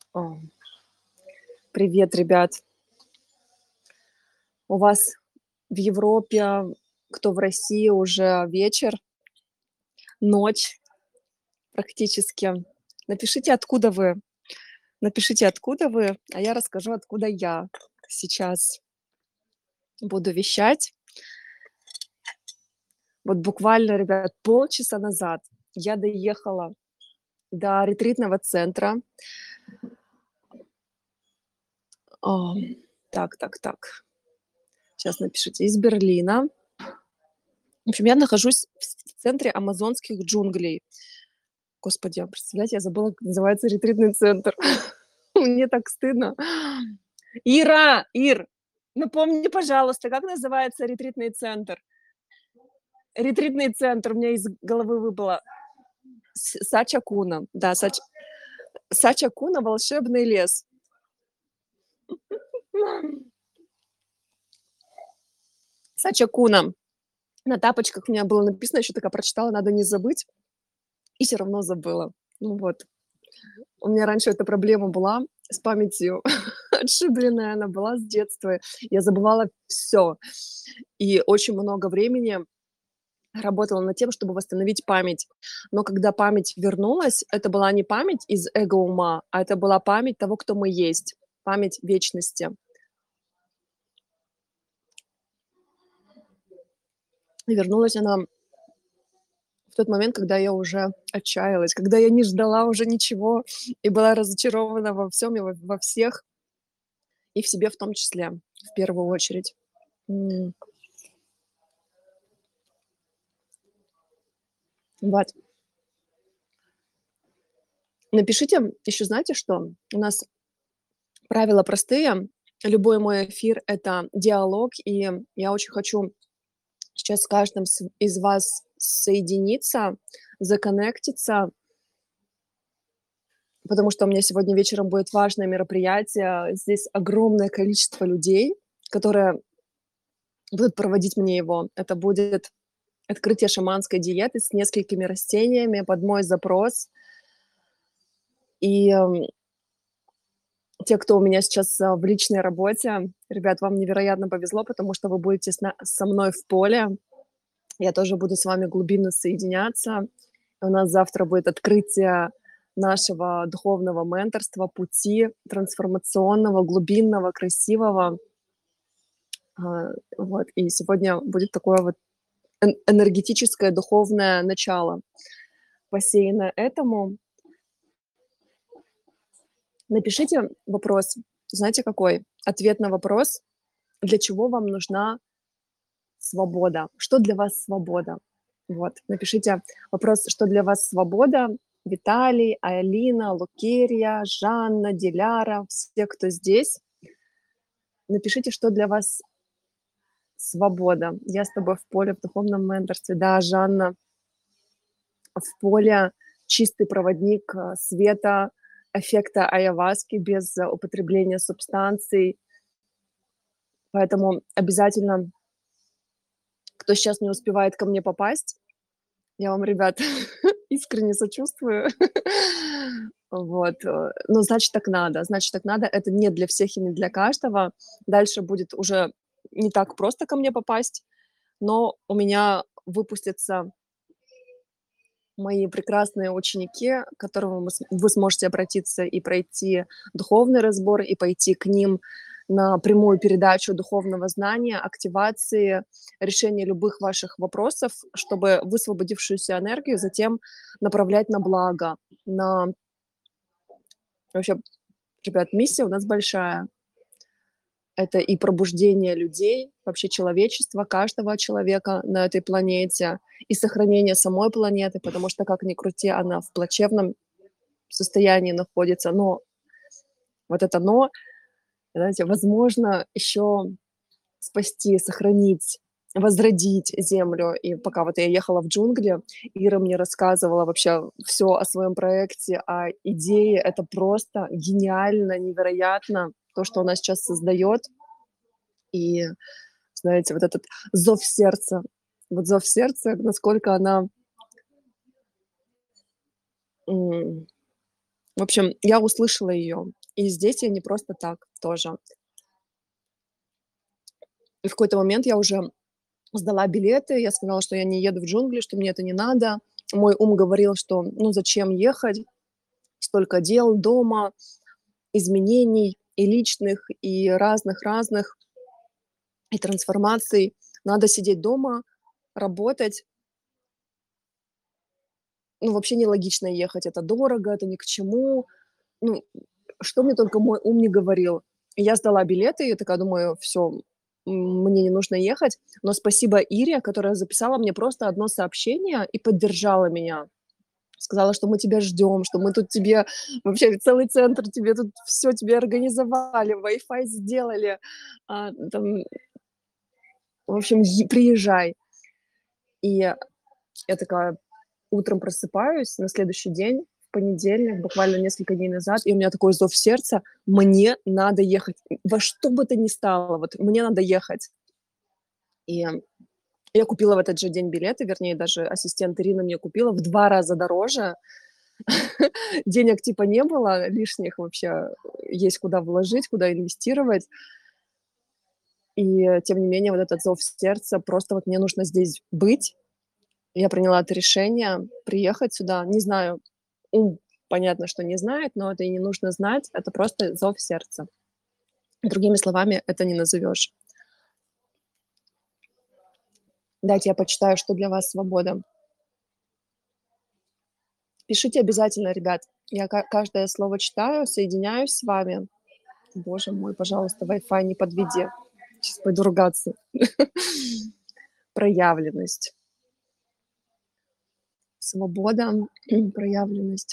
О, привет, ребят. У вас в Европе, кто в России, уже вечер, ночь практически. Напишите, откуда вы. Напишите, откуда вы, а я расскажу, откуда я сейчас буду вещать. Вот буквально, ребят, полчаса назад я доехала до ретритного центра. А, так. Сейчас напишите. Из Берлина. В общем, я нахожусь в центре амазонских джунглей. Господи, представляете, я забыла, как называется ретритный центр. Мне так стыдно. Ир, напомни, пожалуйста, как называется ретритный центр? Ретритный центр у меня из головы выбыло. Сача-Куна. Да, Сача-Куна — волшебный лес. Сача-Куна. На тапочках у меня было написано, еще такая прочитала, надо не забыть, и все равно забыла. Ну вот. У меня раньше эта проблема была с памятью. Отшибленная она была с детства. Я забывала все. И очень много времени работала над тем, чтобы восстановить память. Но когда память вернулась, это была не память из эго-ума, а это была память того, кто мы есть, память вечности. И вернулась она в тот момент, когда я уже отчаялась, когда я не ждала уже ничего и была разочарована во всем и во всех, и в себе в том числе, в первую очередь. М, Вот. Напишите еще, знаете что? У нас правила простые. Любой мой эфир — это диалог, и я очень хочу сейчас с каждым из вас соединиться, законнектиться, потому что у меня сегодня вечером будет важное мероприятие. Здесь огромное количество людей, которые будут проводить мне его. Это будет открытие шаманской диеты с несколькими растениями под мой запрос. И те, кто у меня сейчас в личной работе, ребят, вам невероятно повезло, потому что вы будете со мной в поле. Я тоже буду с вами глубинно соединяться. У нас завтра будет открытие нашего духовного менторства, пути трансформационного, глубинного, красивого. Вот. И сегодня будет такое вот энергетическое духовное начало, посеяно этому. Напишите вопрос, знаете какой? Ответ на вопрос, для чего вам нужна свобода? Что для вас свобода? Вот, напишите вопрос, что для вас свобода. Виталий, Алина, Лукерья, Жанна, Диляра, все, кто здесь. Напишите, что для вас свобода. Я с тобой в поле, в духовном менторстве. Да, Жанна, в поле чистый проводник света, эффекта айаваски без употребления субстанций. Поэтому обязательно, кто сейчас не успевает ко мне попасть, я вам, ребят, искренне сочувствую. Вот. Ну, значит, так надо. Значит, так надо. Это не для всех и не для каждого. Дальше будет уже не так просто ко мне попасть, но у меня выпустятся мои прекрасные ученики, к которым вы сможете обратиться и пройти духовный разбор, и пойти к ним на прямую передачу духовного знания, активации, решения любых ваших вопросов, чтобы высвободившуюся энергию затем направлять на благо, на... Вообще, ребят, миссия у нас большая. Это и пробуждение людей, вообще человечества, каждого человека на этой планете, и сохранение самой планеты, потому что, как ни крути, она в плачевном состоянии находится. Но вот это «но», знаете, возможно еще спасти, сохранить, возродить Землю. И пока вот я ехала в джунгли, Ира мне рассказывала вообще все о своем проекте, о идее. Это просто гениально, невероятно, то, что она сейчас создает. И, знаете, вот этот зов сердца, вот зов сердца, насколько она... м, В общем, я услышала ее. И здесь я не просто так тоже. И в какой-то момент я уже сдала билеты, я сказала, что я не еду в джунгли, что мне это не надо. Мой ум говорил, что ну зачем ехать, столько дел дома, изменений и личных, и разных-разных, и трансформаций. Надо сидеть дома, работать. Ну, вообще нелогично ехать, это дорого, это ни к чему. Ну, что мне только мой ум не говорил. И я сдала билеты, и я такая думаю, все, мне не нужно ехать. Но спасибо Ире, которая записала мне просто одно сообщение и поддержала меня. Сказала, что мы тебя ждем, что мы тут тебе вообще целый центр тебе тут все тебе организовали, Wi-Fi сделали, там, в общем, приезжай. И я такая утром просыпаюсь на следующий день, в понедельник, буквально несколько дней назад, и у меня такой зов сердца: мне надо ехать. Во что бы то ни стало, вот мне надо ехать. И я купила в этот же день билеты, вернее, даже ассистент Ирина мне купила в 2 раза дороже. Денег типа не было лишних вообще, есть куда вложить, куда инвестировать. И тем не менее, вот этот зов сердца, просто вот мне нужно здесь быть. Я приняла это решение приехать сюда. Не знаю, ум, понятно, что не знает, но это и не нужно знать. Это просто зов сердца. Другими словами это не назовешь. Дайте я почитаю, что для вас свобода. Пишите обязательно, ребят. Я каждое слово читаю, соединяюсь с вами. Боже мой, пожалуйста, Wi-Fi не подведи. Сейчас пойду ругаться. Проявленность. Свобода, проявленность.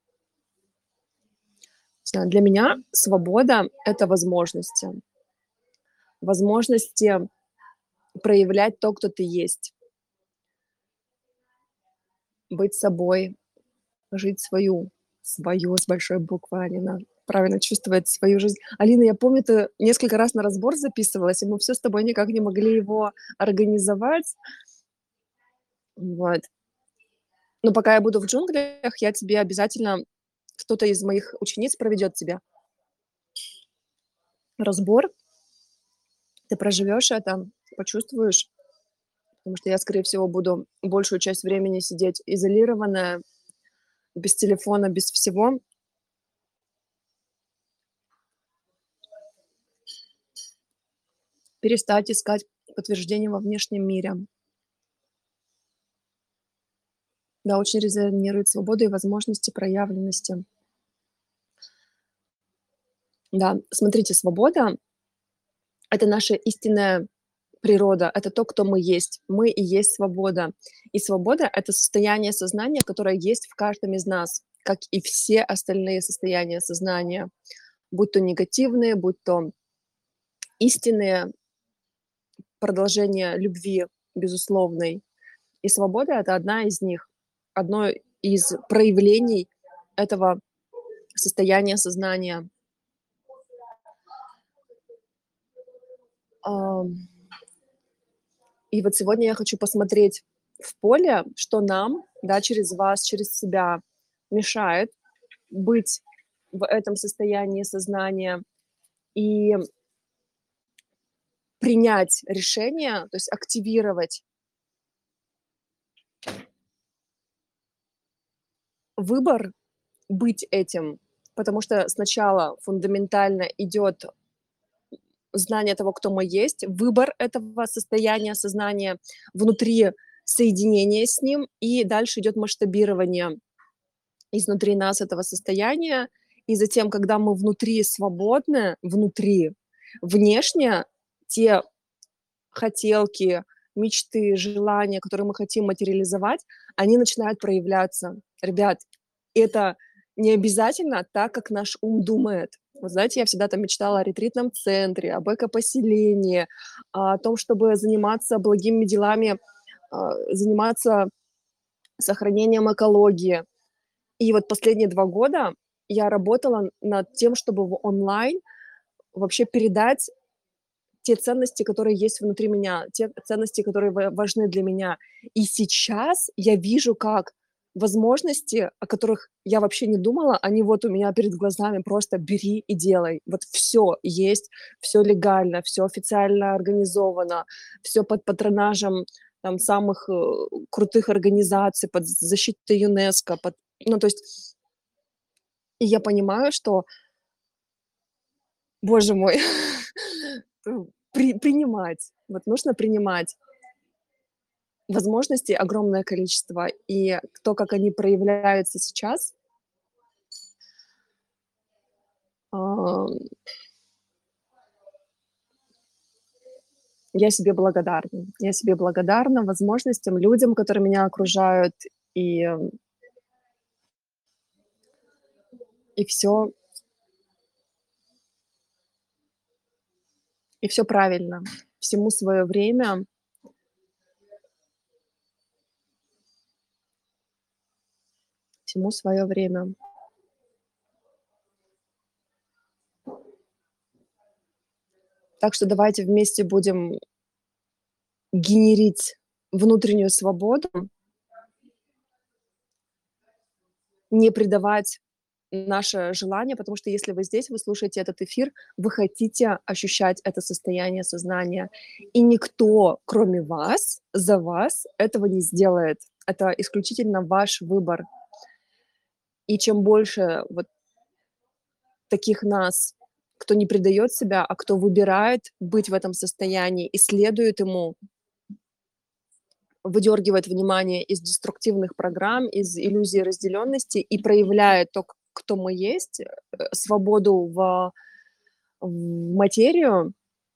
Для меня свобода — это возможности. Возможности проявлять то, кто ты есть. Быть собой, жить свою с большой буквы, Алина. Правильно чувствовать свою жизнь. Алина, я помню, ты несколько раз на разбор записывалась, и мы все с тобой никак не могли его организовать. Вот. Но пока я буду в джунглях, я тебе обязательно кто-то из моих учениц проведет тебе разбор. Ты проживешь это, почувствуешь, потому что я, скорее всего, буду большую часть времени сидеть изолированная, без телефона, без всего. Перестать искать подтверждение во внешнем мире. Да, очень резонирует свобода и возможности проявленности. Да, смотрите, свобода — это наша истинная природа, это то, кто мы есть. Мы и есть свобода. И свобода — это состояние сознания, которое есть в каждом из нас, как и все остальные состояния сознания, будь то негативные, будь то истинные, продолжение любви безусловной. И свобода — это одна из них, одно из проявлений этого состояния сознания. И вот сегодня я хочу посмотреть в поле, что нам, да, через вас, через себя мешает быть в этом состоянии сознания и принять решение, то есть активировать выбор быть этим. Потому что сначала фундаментально идет знание того, кто мы есть, выбор этого состояния сознания внутри, соединение с ним, и дальше идет масштабирование изнутри нас этого состояния. И затем, когда мы внутри свободны, внешне те хотелки, мечты, желания, которые мы хотим материализовать, они начинают проявляться. Ребят, это не обязательно так, как наш ум думает. Вот знаете, я всегда там мечтала о ретритном центре, об эко-поселении, о том, чтобы заниматься благими делами, заниматься сохранением экологии. И вот последние 2 года я работала над тем, чтобы в онлайн вообще передать те ценности, которые есть внутри меня, те ценности, которые важны для меня. И сейчас я вижу, как возможности, о которых я вообще не думала, они вот у меня перед глазами. Просто бери и делай. Вот все есть, все легально, все официально организовано, все под патронажем там самых, крутых организаций, под защитой ЮНЕСКО, ну, то есть и я понимаю, что, боже мой, принимать. Вот нужно принимать. Возможностей огромное количество, и то, как они проявляются сейчас, ам, я себе благодарна. Я себе благодарна возможностям, людям, которые меня окружают, и, и все, и все правильно. Всему свое время, всему свое время. Так что давайте вместе будем генерить внутреннюю свободу, не предавать наше желание, потому что если вы здесь, вы слушаете этот эфир, вы хотите ощущать это состояние сознания. И никто, кроме вас, за вас этого не сделает. Это исключительно ваш выбор. И чем больше вот таких нас, кто не предает себя, а кто выбирает быть в этом состоянии и следует ему, выдергивает внимание из деструктивных программ, из иллюзии разделенности и проявляет то, кто мы есть, свободу в материю.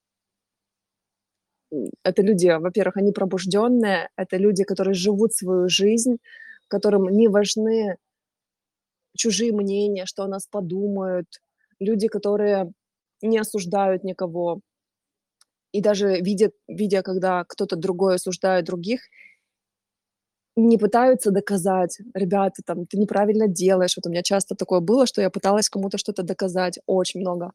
Это люди, во-первых, они пробужденные, это люди, которые живут свою жизнь, которым не важны чужие мнения, что о нас подумают, люди, которые не осуждают никого. И даже видя, когда кто-то другой осуждает других, не пытаются доказать: "Ребята, там, ты неправильно делаешь". Вот у меня часто такое было, что я пыталась кому-то что-то доказать, очень много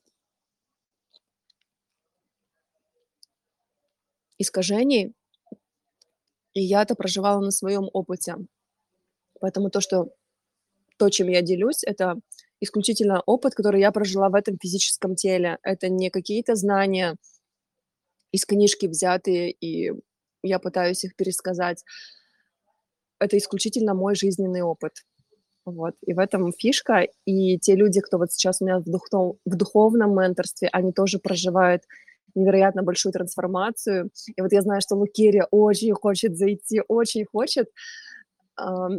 искажений, и я это проживала на своем опыте. Поэтому то, чем я делюсь, это исключительно опыт, который я прожила в этом физическом теле. Это не какие-то знания из книжки взятые, и я пытаюсь их пересказать. Это исключительно мой жизненный опыт. Вот. И в этом фишка. И те люди, кто вот сейчас у меня в духовном менторстве, они тоже проживают невероятно большую трансформацию. И вот я знаю, что Лукерия очень хочет зайти, очень хочет. Ам,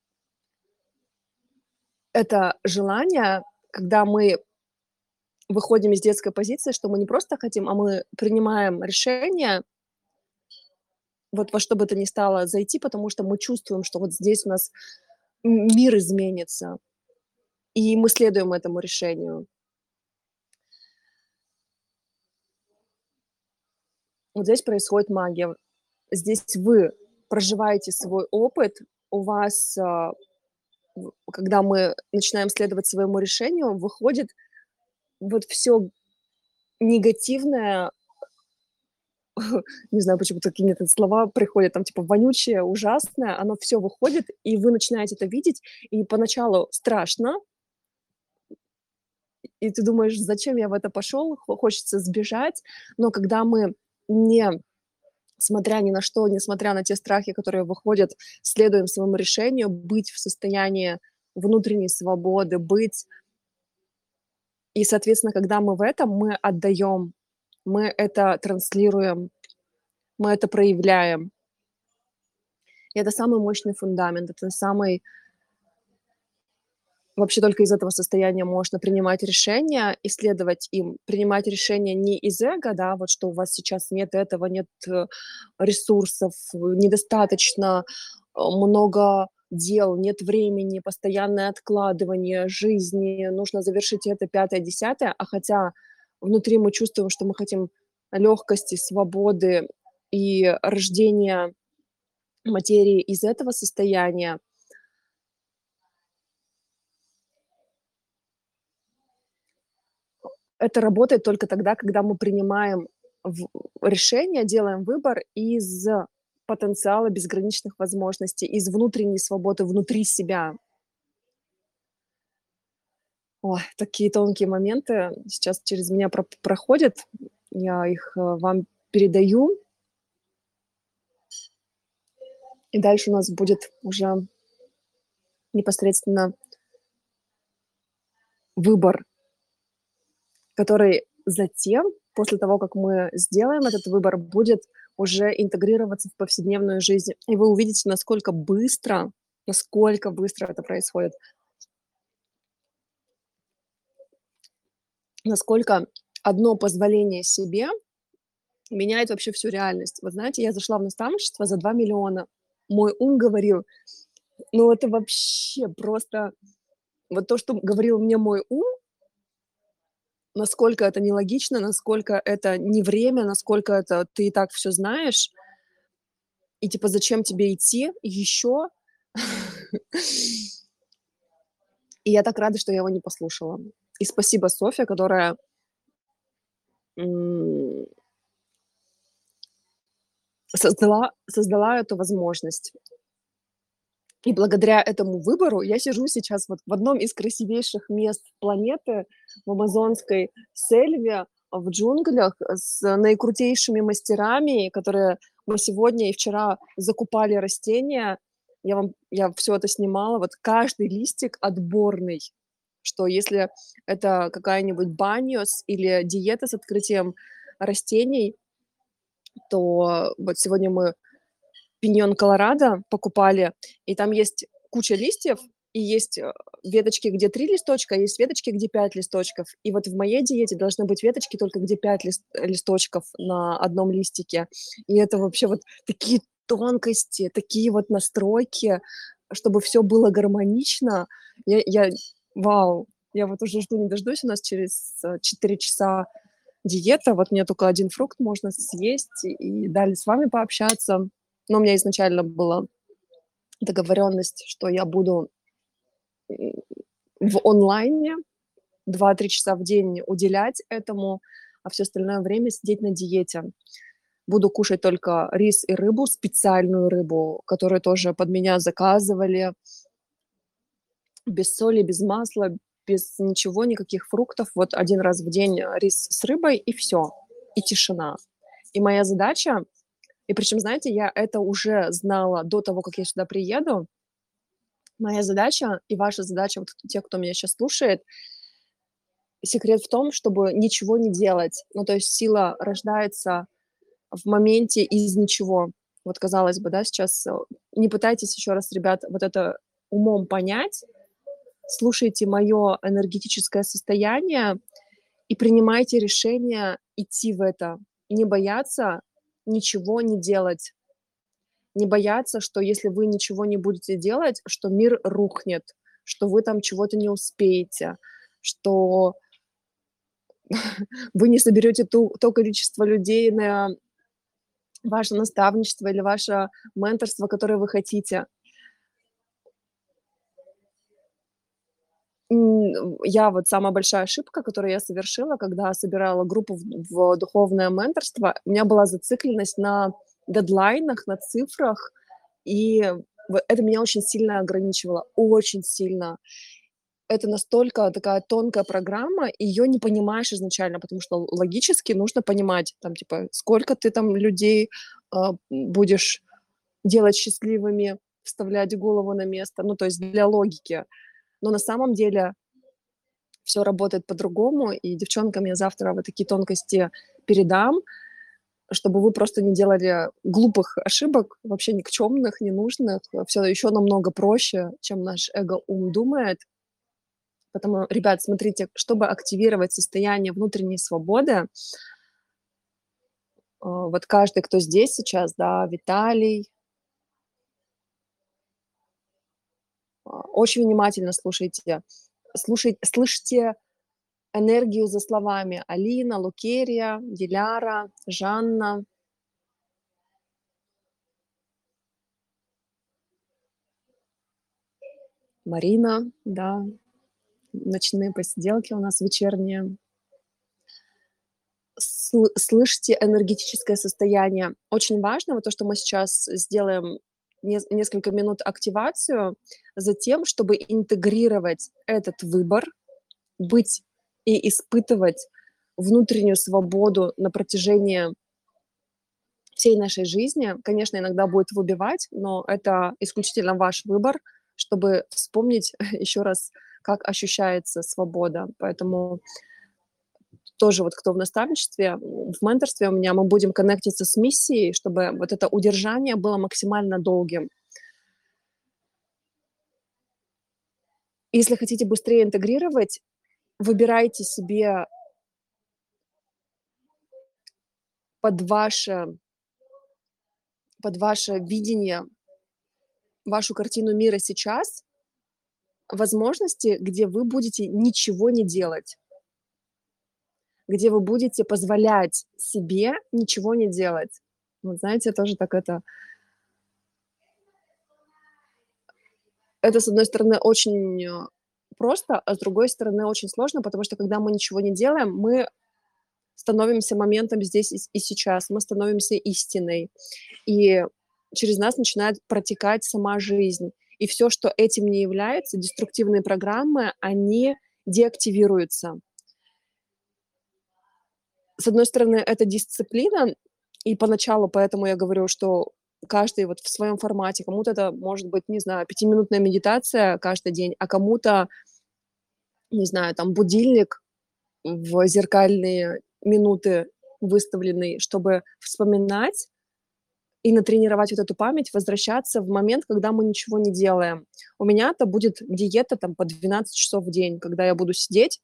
это желание, когда мы выходим из детской позиции, что мы не просто хотим, а мы принимаем решение вот во что бы то ни стало зайти, потому что мы чувствуем, что вот здесь у нас мир изменится, и мы следуем этому решению. Вот здесь происходит магия. Здесь вы проживаете свой опыт, у вас, когда мы начинаем следовать своему решению, выходит вот все негативное, не знаю, почему такие мне тут слова приходят, там типа вонючее, ужасное, оно все выходит, и вы начинаете это видеть, и поначалу страшно, и ты думаешь: "Зачем я в это пошел?" Хочется сбежать, но когда мы не смотря ни на что, несмотря на те страхи, которые выходят, следуем своему решению быть в состоянии внутренней свободы, быть. И, соответственно, когда мы в этом, мы отдаем, мы это транслируем, мы это проявляем. И это самый мощный фундамент, это самый вообще только из этого состояния можно принимать решения, исследовать им. Принимать решения не из эго, да, вот что у вас сейчас нет этого, нет ресурсов, недостаточно много дел, нет времени, постоянное откладывание жизни, нужно завершить это, пятое, десятое, а хотя внутри мы чувствуем, что мы хотим легкости, свободы и рождения материи из этого состояния. Это работает только тогда, когда мы принимаем решение, делаем выбор из потенциала, безграничных возможностей, из внутренней свободы внутри себя. Ой, такие тонкие моменты сейчас через меня проходят. Я их, вам передаю, и дальше у нас будет уже непосредственно выбор, который затем, после того, как мы сделаем этот выбор, будет уже интегрироваться в повседневную жизнь. И вы увидите, насколько быстро это происходит, насколько одно позволение себе меняет вообще всю реальность. Вот знаете, я зашла в наставничество за 2 миллиона. Мой ум говорил, ну это вообще просто вот то, что говорил мне мой ум, насколько это нелогично, насколько это не время, насколько это ты и так все знаешь, и типа зачем тебе идти еще? И я так рада, что я его не послушала. И спасибо Софье, которая м, создала эту возможность. И благодаря этому выбору я сижу сейчас вот в одном из красивейших мест планеты, в амазонской сельве, в джунглях, с наикрутейшими мастерами, которые мы сегодня и вчера закупали растения. Я все это снимала. Вот каждый листик отборный, что если это какая-нибудь баниос или диета с открытием растений, то вот сегодня мы пиньон Колорадо покупали, и там есть куча листьев, и есть, веточки, где 3 листочка, а есть веточки, где 5 листочков. И вот в моей диете должны быть веточки только где 5 листочков на одном листике. И это вообще вот такие тонкости, такие вот настройки, чтобы все было гармонично. Я вау! Я вот уже жду не дождусь. У нас через, 4 часа диета. Вот мне только один фрукт можно съесть и далее с вами пообщаться. Но у меня изначально была договоренность, что я буду в онлайне 2-3 часа в день уделять этому, а все остальное время сидеть на диете. Буду кушать только рис и рыбу, специальную рыбу, которую тоже под меня заказывали, без соли, без масла, без ничего, никаких фруктов. Вот один раз в день рис с рыбой и все, и тишина. И моя задача, и причем, знаете, я это уже знала до того, как я сюда приеду. Моя задача и ваша задача, вот те, кто меня сейчас слушает, секрет в том, чтобы ничего не делать. Ну, то есть сила рождается в моменте из ничего. Вот казалось бы, да, сейчас не пытайтесь еще раз, ребят, вот это умом понять, слушайте мое энергетическое состояние и принимайте решение идти в это. Не бояться ничего не делать. Не бояться, что если вы ничего не будете делать, что мир рухнет, что вы там чего-то не успеете, что вы не соберете то количество людей на ваше наставничество или ваше менторство, которое вы хотите. Я вот самая большая ошибка, которую я совершила, когда собирала группу в духовное менторство, у меня была зацикленность на дедлайнах, на цифрах, и это меня очень сильно ограничивало, очень сильно. Это настолько такая тонкая программа, ее не понимаешь изначально, потому что логически нужно понимать, там, типа, сколько ты там людей будешь делать счастливыми, вставлять голову на место, ну, то есть для логики. Но на самом деле все работает по-другому, и девчонкам я завтра вот такие тонкости передам, чтобы вы просто не делали глупых ошибок, вообще никчемных, ненужных. Все еще намного проще, чем наш эго-ум думает. Поэтому, ребят, смотрите, чтобы активировать состояние внутренней свободы, вот каждый, кто здесь сейчас, да, Виталий, очень внимательно слушайте, слышите энергию за словами. Алина, Лукерия, Диляра, Жанна. Марина, да, ночные посиделки у нас вечерние. слышите энергетическое состояние. Очень важно вот то, что мы сейчас сделаем несколько минут активацию, затем, чтобы интегрировать этот выбор, быть и испытывать внутреннюю свободу на протяжении всей нашей жизни. Конечно, иногда будет выбивать, но это исключительно ваш выбор, чтобы вспомнить еще раз, как ощущается свобода. Поэтому тоже вот кто в наставничестве, в менторстве у меня, мы будем коннектиться с миссией, чтобы вот это удержание было максимально долгим. Если хотите быстрее интегрировать, выбирайте себе под ваше, под ваше видение, вашу картину мира сейчас возможности, где вы будете ничего не делать, где вы будете позволять себе ничего не делать. Вот знаете, тоже так это, с одной стороны, очень, просто, а с другой стороны, очень сложно, потому что, когда мы ничего не делаем, мы становимся моментом здесь и сейчас, мы становимся истиной, и через нас начинает протекать сама жизнь. И все, что этим не является, деструктивные программы, они деактивируются. С одной стороны, это дисциплина, и поначалу поэтому я говорю, что каждый вот в своем формате. Кому-то это может быть, не знаю, пятиминутная медитация каждый день, а кому-то, не знаю, там будильник в зеркальные минуты выставленный, чтобы вспоминать и натренировать вот эту память, возвращаться в момент, когда мы ничего не делаем. У меня это будет диета там по 12 часов в день, когда я буду сидеть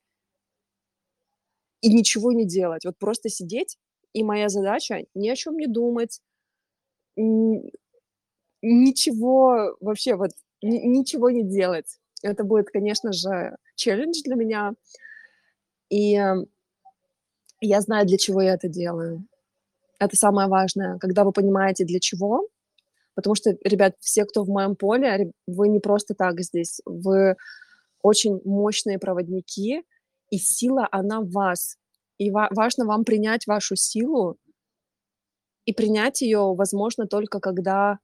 и ничего не делать. Вот просто сидеть, и моя задача ни о чем не думать, н ничего вообще вот, ничего не делать. Это будет, конечно же, челлендж для меня. И, я знаю, для чего я это делаю. Это самое важное, когда вы понимаете, для чего. Потому что, ребят, все, кто в моем поле, вы не просто так здесь. Вы очень мощные проводники, и сила, она в вас. И важно вам принять вашу силу, и принять ее возможно только когда,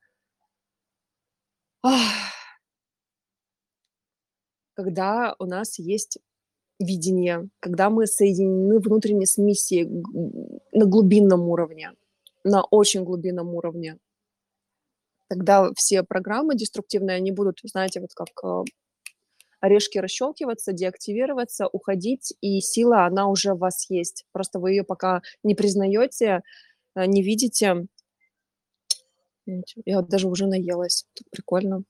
ах, когда у нас есть видение, когда мы соединены внутренне с миссией на глубинном уровне, на очень глубинном уровне. Тогда все программы деструктивные, они будут, знаете, вот как орешки расщелкиваться, деактивироваться, уходить, и сила, она уже в вас есть. Просто вы ее пока не признаете, не видите. Я вот даже уже наелась. Тут прикольно.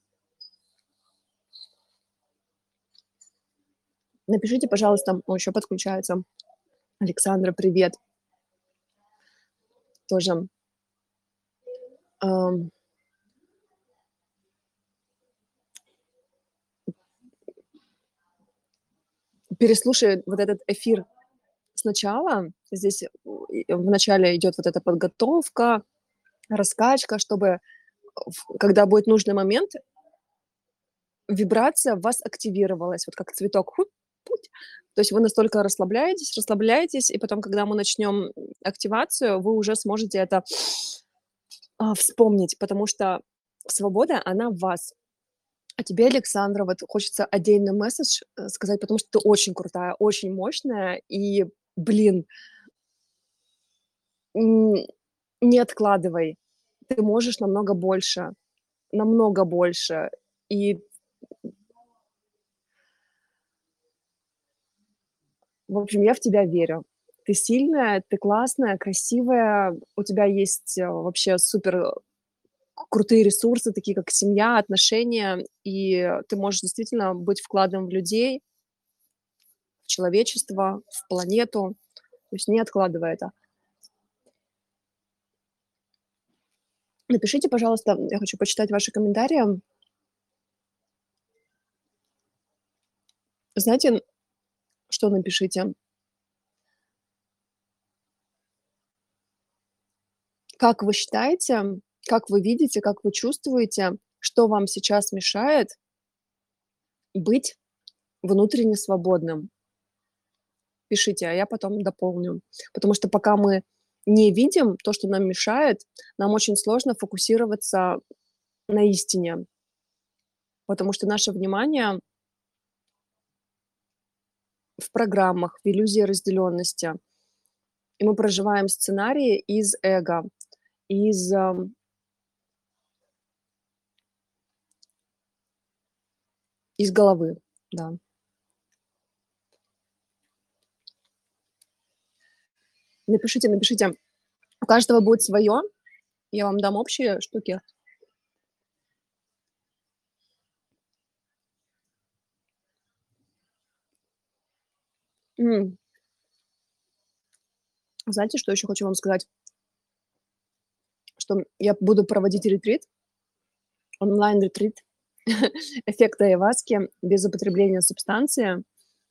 Напишите, пожалуйста, о, еще подключается. Александра, привет. Тоже. Ам, переслушай вот этот эфир сначала. Здесь вначале идет вот эта подготовка, раскачка, чтобы когда будет нужный момент, вибрация в вас активировалась, вот как цветок хуп, путь. То есть вы настолько расслабляетесь, расслабляетесь, и потом, когда мы начнем активацию, вы уже сможете это вспомнить, потому что свобода, она в вас. А тебе, Александра, вот хочется отдельный месседж сказать, потому что ты очень крутая, очень мощная, и, блин, м, не откладывай. Ты можешь намного больше. И, в общем, я в тебя верю. Ты сильная, ты классная, красивая, у тебя есть вообще супер крутые ресурсы, такие как семья, отношения, и ты можешь действительно быть вкладом в людей, в человечество, в планету. То есть не откладывай это. Напишите, пожалуйста, я хочу почитать ваши комментарии. Знаете, что напишите? Как вы считаете, как вы видите, как вы чувствуете, что вам сейчас мешает быть внутренне свободным? пишите, а я потом дополню. Потому что пока мы не видим то, что нам мешает, нам очень сложно фокусироваться на истине, потому что наше внимание в программах, в иллюзии разделенности, и мы проживаем сценарии из эго, из, из головы, да. Напишите. У каждого будет свое. Я вам дам общие штуки. М, Знаете, что еще хочу вам сказать? Что я буду проводить ретрит, онлайн-ретрит, эффект айваски без употребления субстанции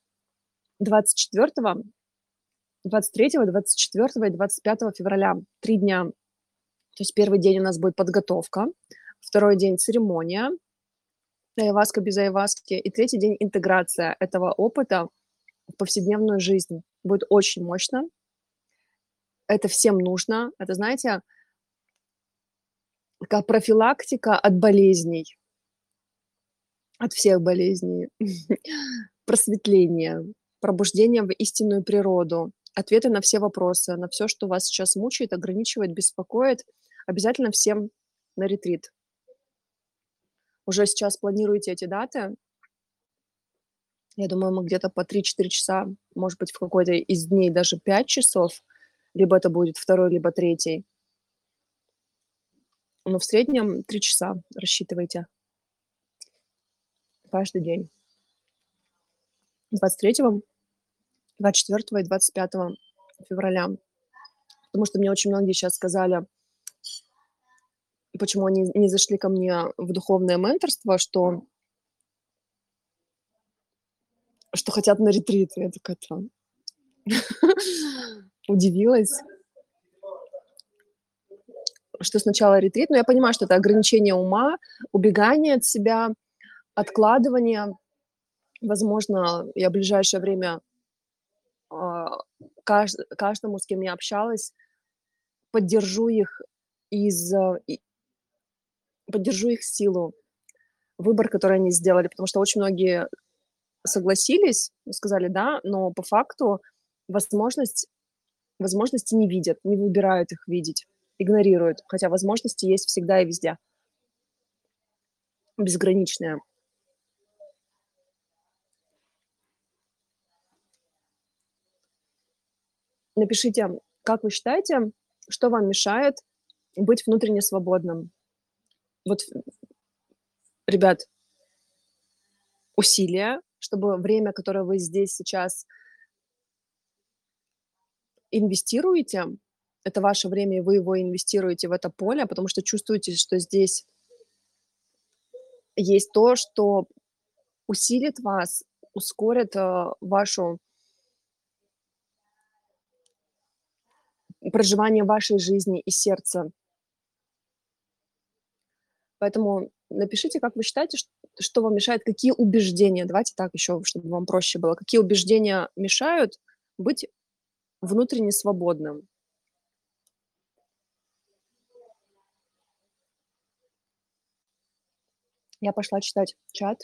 24, 23, 24 и 25 февраля. 3 дня. То есть первый день у нас будет подготовка, второй день церемония, айваска без айваски, и третий день интеграция этого опыта в повседневную жизнь. Будет очень мощно. Это всем нужно. Это, знаете, такая профилактика от болезней, от всех болезней, просветление, пробуждение в истинную природу, ответы на все вопросы, на все, что вас сейчас мучает, ограничивает, беспокоит. Обязательно всем на ретрит. Уже сейчас планируете эти даты. Я думаю, мы где-то по 3-4 часа, может быть, в какой-то из дней даже 5 часов, либо это будет второй, либо третий. Но в среднем 3 часа рассчитывайте каждый день. 23, 24 и 25 февраля. Потому что мне очень многие сейчас сказали, почему они не зашли ко мне в духовное менторство, что хотят на ретрит. Я такая удивилась, что сначала ретрит, но я понимаю, что это ограничение ума, убегание от себя, откладывание. Возможно, я в ближайшее время а, каждому, с кем я общалась, поддержу их из и поддержу их силу, выбор, который они сделали, потому что очень многие согласились, сказали да, но по факту возможность возможности не видят, не выбирают их видеть, игнорируют, хотя возможности есть всегда и везде, безграничные. Напишите, как вы считаете, что вам мешает быть внутренне свободным? Вот, ребят, усилия, чтобы время, которое вы здесь сейчас инвестируете, это ваше время, и вы его инвестируете в это поле, потому что чувствуете, что здесь есть то, что усилит вас, ускорит, вашу проживание вашей жизни и сердца. Поэтому напишите, как вы считаете, что вам мешает, какие убеждения, давайте так еще, чтобы вам проще было, какие убеждения мешают быть внутренне свободным. Я пошла читать чат.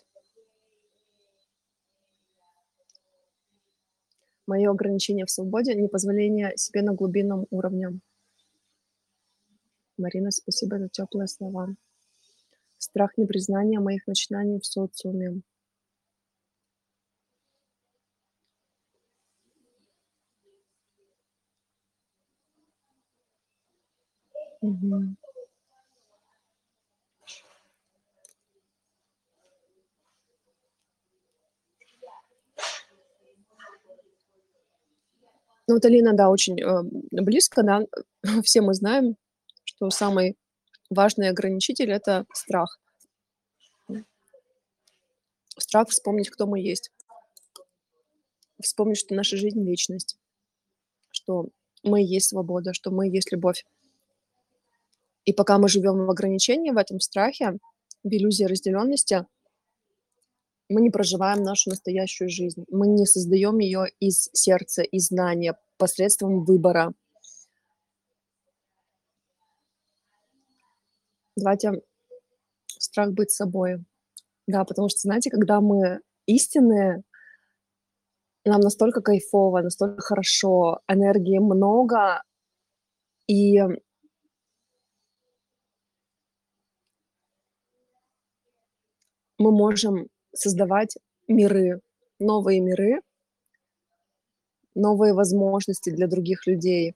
Мое ограничение в свободе, непозволение себе на глубинном уровне. Марина, спасибо за теплые слова. Страх непризнания моих начинаний в социуме. Мгм. Ну, вот Алина, да, очень, близко, да. Все мы знаем, что самый важный ограничитель — это страх. Страх вспомнить, кто мы есть. Вспомнить, что наша жизнь — вечность, что мы и есть свобода, что мы и есть любовь. И пока мы живем в ограничении, в этом страхе, в иллюзии разделенности, Мы не проживаем нашу настоящую жизнь. Мы не создаем ее из сердца, из знания, посредством выбора. Давайте страх быть собой. Да, потому что, знаете, когда мы истинные, нам настолько кайфово, настолько хорошо, энергии много, и мы можем создавать миры, новые возможности для других людей,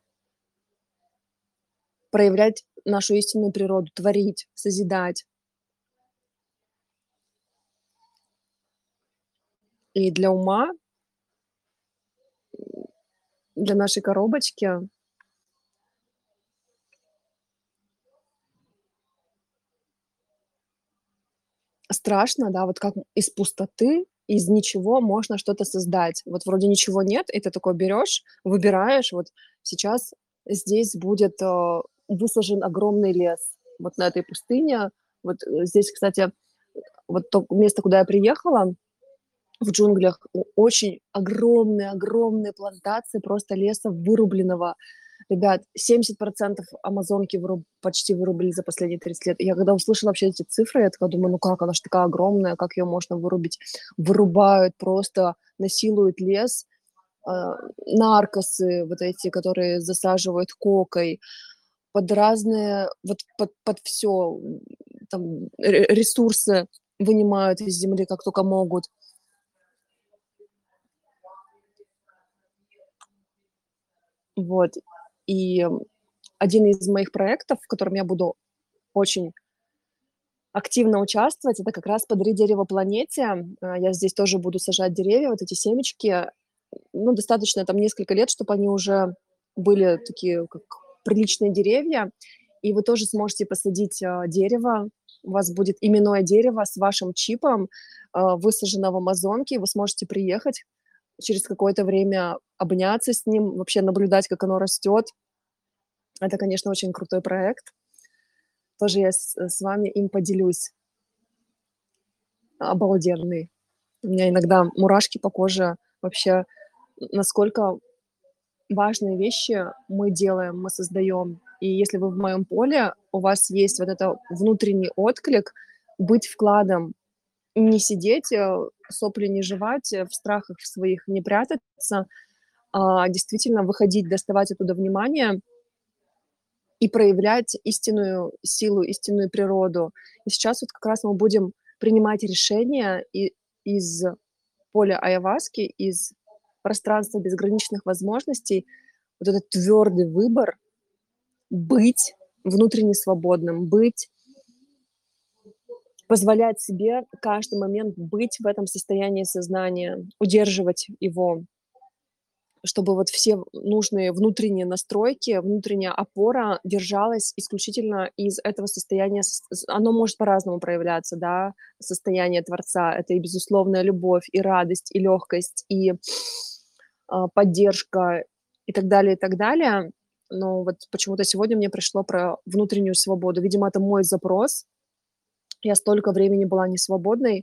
проявлять нашу истинную природу, творить, созидать. И для ума, для нашей коробочки страшно, да, вот как из пустоты, из ничего можно что-то создать. Вот вроде ничего нет, и ты такой берешь, выбираешь, вот сейчас здесь будет высажен огромный лес, вот на этой пустыне. Вот здесь, кстати, вот то место, куда я приехала, в джунглях очень огромные плантации просто леса вырубленного. Ребят, 70% Амазонки почти вырубили за последние 30 лет. И я когда услышала вообще эти цифры, я такая думаю, ну как, она же такая огромная, как ее можно вырубить? Вырубают просто, насилуют лес, наркосы вот эти, которые засаживают кокой, под разные, вот под все, там, ресурсы вынимают из земли, как только могут. Вот. И один из моих проектов, в котором я буду очень активно участвовать, это как раз "Подари дерево планете". Я здесь тоже буду сажать деревья, вот эти семечки. Ну, достаточно там несколько лет, чтобы они уже были такие, как приличные деревья. И вы тоже сможете посадить, дерево. У вас будет именное дерево с вашим чипом, высажено в Амазонке. Вы сможете приехать через какое-то время, обняться с ним, вообще наблюдать, как оно растет. Это, конечно, очень крутой проект. Тоже я с вами им поделюсь. Обалденный. У меня иногда мурашки по коже. Вообще, насколько важные вещи мы делаем, мы создаем. И если вы в моем поле, у вас есть вот это внутренний отклик быть вкладом, не сидеть, сопли не жевать, в страхах в своих не прятаться, а действительно выходить, доставать оттуда внимание и проявлять истинную силу, истинную природу. И сейчас вот как раз мы будем принимать решения из поля Айаваски, из пространства безграничных возможностей, вот этот твердый выбор быть внутренне свободным, быть, позволять себе каждый момент быть в этом состоянии сознания, удерживать его, чтобы вот все нужные внутренние настройки, внутренняя опора держалась исключительно из этого состояния. Оно может по-разному проявляться, да, состояние Творца. Это и безусловная любовь, и радость, и легкость, и поддержка, и так далее, и так далее. Но вот почему-то сегодня мне пришло про внутреннюю свободу. Видимо, это мой запрос. Я столько времени была несвободной,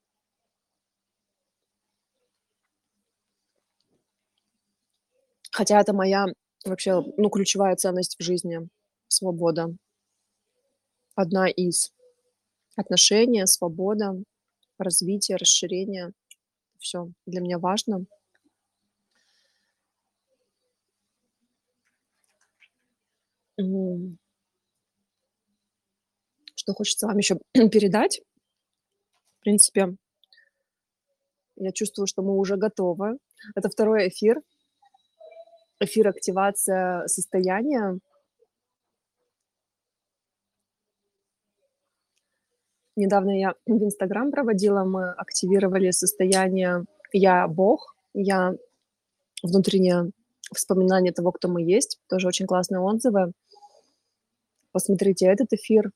хотя это моя вообще, ну, ключевая ценность в жизни — свобода. Одна из. Отношения, свобода, развитие, расширение. Все для меня важно. М, Что хочется вам еще передать. В принципе, я чувствую, что мы уже готовы. Это второй эфир, эфир активация состояния. Недавно я в "Инстаграм" проводила, мы активировали состояние "Я- Бог", "Я" — внутреннее вспоминание того, кто мы есть. Тоже очень классные отзывы. Посмотрите этот эфир,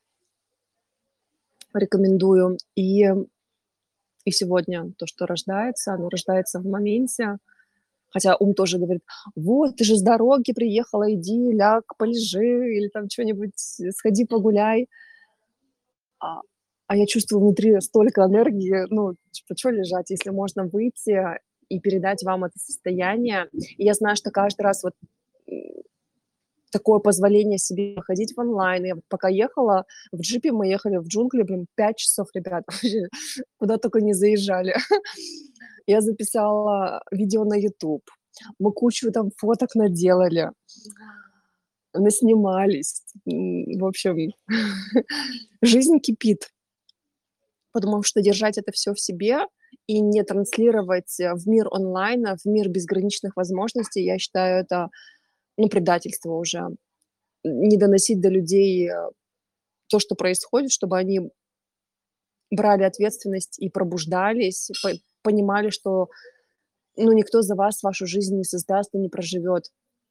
рекомендую. И сегодня то, что рождается, оно рождается в моменте. Хотя ум тоже говорит: "Вот, ты же с дороги приехала, иди, ляг, полежи или там что нибудь сходи погуляй". а я чувствую внутри столько энергии, ну, типа, чё лежать, если можно выйти и передать вам это состояние. И я знаю, что каждый раз вот, м, такое позволение себе ходить в онлайн. Я вот пока ехала в джипе, мы ехали в джунгли, блин, 5 часов, ребят, вообще куда только не заезжали. Я записала видео на YouTube, мы кучу там фоток наделали, наснимались. В общем, жизнь кипит. Потому что держать это все в себе и не транслировать, в мир онлайна, в мир безграничных возможностей, я считаю, это, ну, предательство уже. Не доносить до людей, то, что происходит, чтобы они брали ответственность и пробуждались, понимали, что, ну, никто за вас вашу жизнь не создаст и не проживет.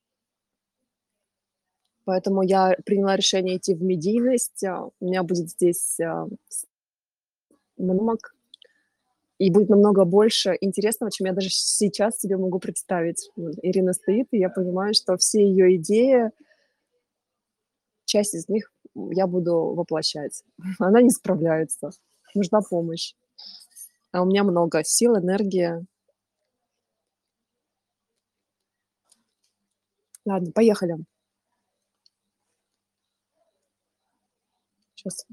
Поэтому я приняла решение идти в медийность. У меня будет здесь, много и будет намного больше интересного, чем я даже сейчас себе могу представить. Вот Ирина стоит, и я понимаю, что все ее идеи, часть из них я буду воплощать. Она не справляется, нужна помощь. А у меня много сил, энергии. Ладно, поехали. Сейчас.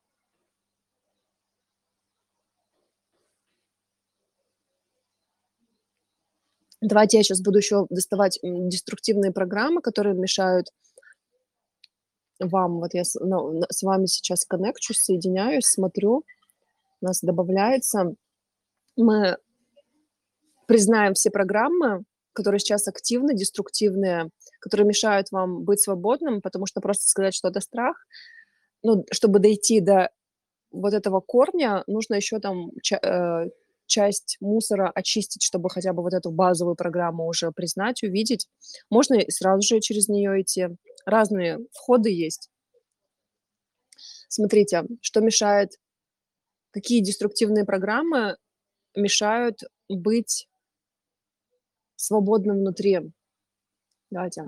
Давайте я сейчас буду еще доставать деструктивные программы, которые мешают вам. Вот я с вами сейчас коннекчусь, соединяюсь, смотрю, нас добавляется. Мы признаем все программы, которые сейчас активны, деструктивные, которые мешают вам быть свободным, потому что просто сказать, что это страх, ну, чтобы дойти до вот этого корня, нужно еще там часть мусора очистить, чтобы хотя бы вот эту базовую программу уже признать, увидеть. Можно и сразу же через нее идти. Разные входы есть. Смотрите, что мешает, какие деструктивные программы мешают быть свободным внутри. Давайте.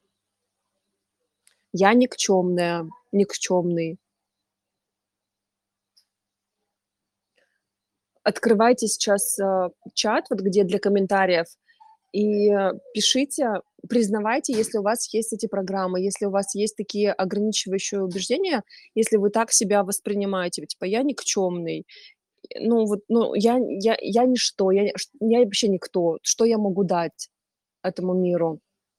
Я никчемная, никчемный. Открывайте сейчас, чат, вот где для комментариев, и, пишите, признавайте, если у вас есть эти программы, если у вас есть такие ограничивающие убеждения, если вы так себя воспринимаете, типа: "Я никчемный, ну вот, ну, я ничто, я вообще никто, что я могу дать этому миру?"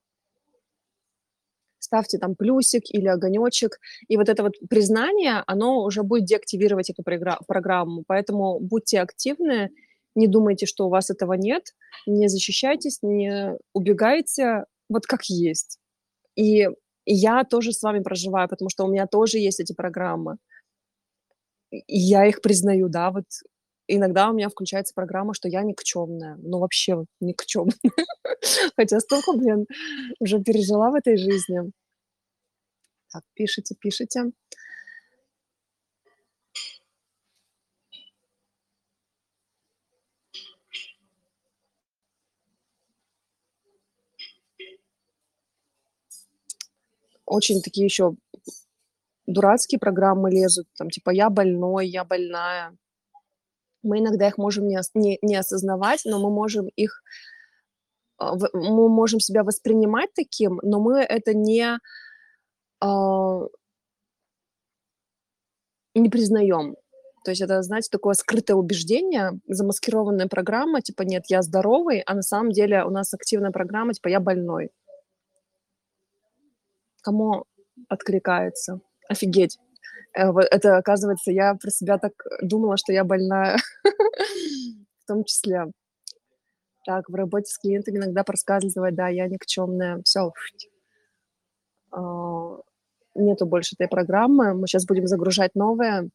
Ставьте там плюсик или огонечек. И вот это вот признание, оно уже будет деактивировать эту программу. Поэтому будьте активны, не думайте, что у вас этого нет, не защищайтесь, не убегайте, вот как есть. И я тоже с вами проживаю, потому что у меня тоже есть эти программы. И я их признаю, да, вот иногда у меня включается программа, что я никчемная, ну вообще вот никчемная. Хотя столько, блин, уже пережила в этой жизни. Так, пишите, пишите. Очень такие еще дурацкие программы лезут, там типа "я больной", "я больная". Мы иногда их можем не осознавать, но мы можем их, мы можем себя воспринимать таким, но мы это а, не признаем. То есть это, знаете, такое скрытое убеждение, замаскированная программа, типа: "Нет, я здоровый", а на самом деле у нас активная программа, типа: "Я больной". Кому откликается? Офигеть! Вот это, оказывается, я про себя так думала, что я больная в том числе. Так, в работе с клиентами иногда проскальзывает, да, я никчемная. Все, нету больше этой программы. Мы сейчас будем загружать новое.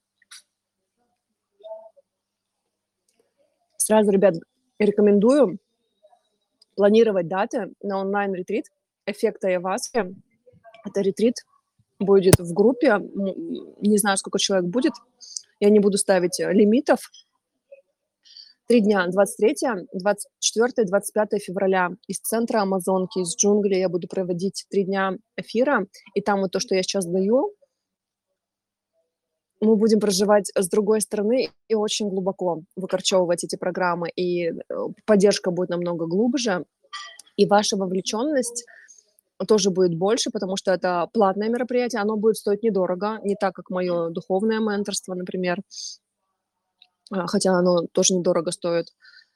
Сразу, ребят, рекомендую планировать даты на онлайн-ретрит "Эффект Айаваски". Это ретрит будет в группе, не знаю, сколько человек будет. Я не буду ставить, лимитов. 3 дня: 23, 24, 25 февраля. Из центра Амазонки, из джунглей я буду проводить 3 дня эфира. И там вот то, что я сейчас даю, мы будем проживать с другой стороны и очень глубоко выкорчевывать эти программы, и, поддержка будет намного глубже, и ваша вовлеченность тоже будет больше, потому что это платное мероприятие, оно будет стоить недорого, не так, как мое духовное менторство, например, хотя оно тоже недорого стоит.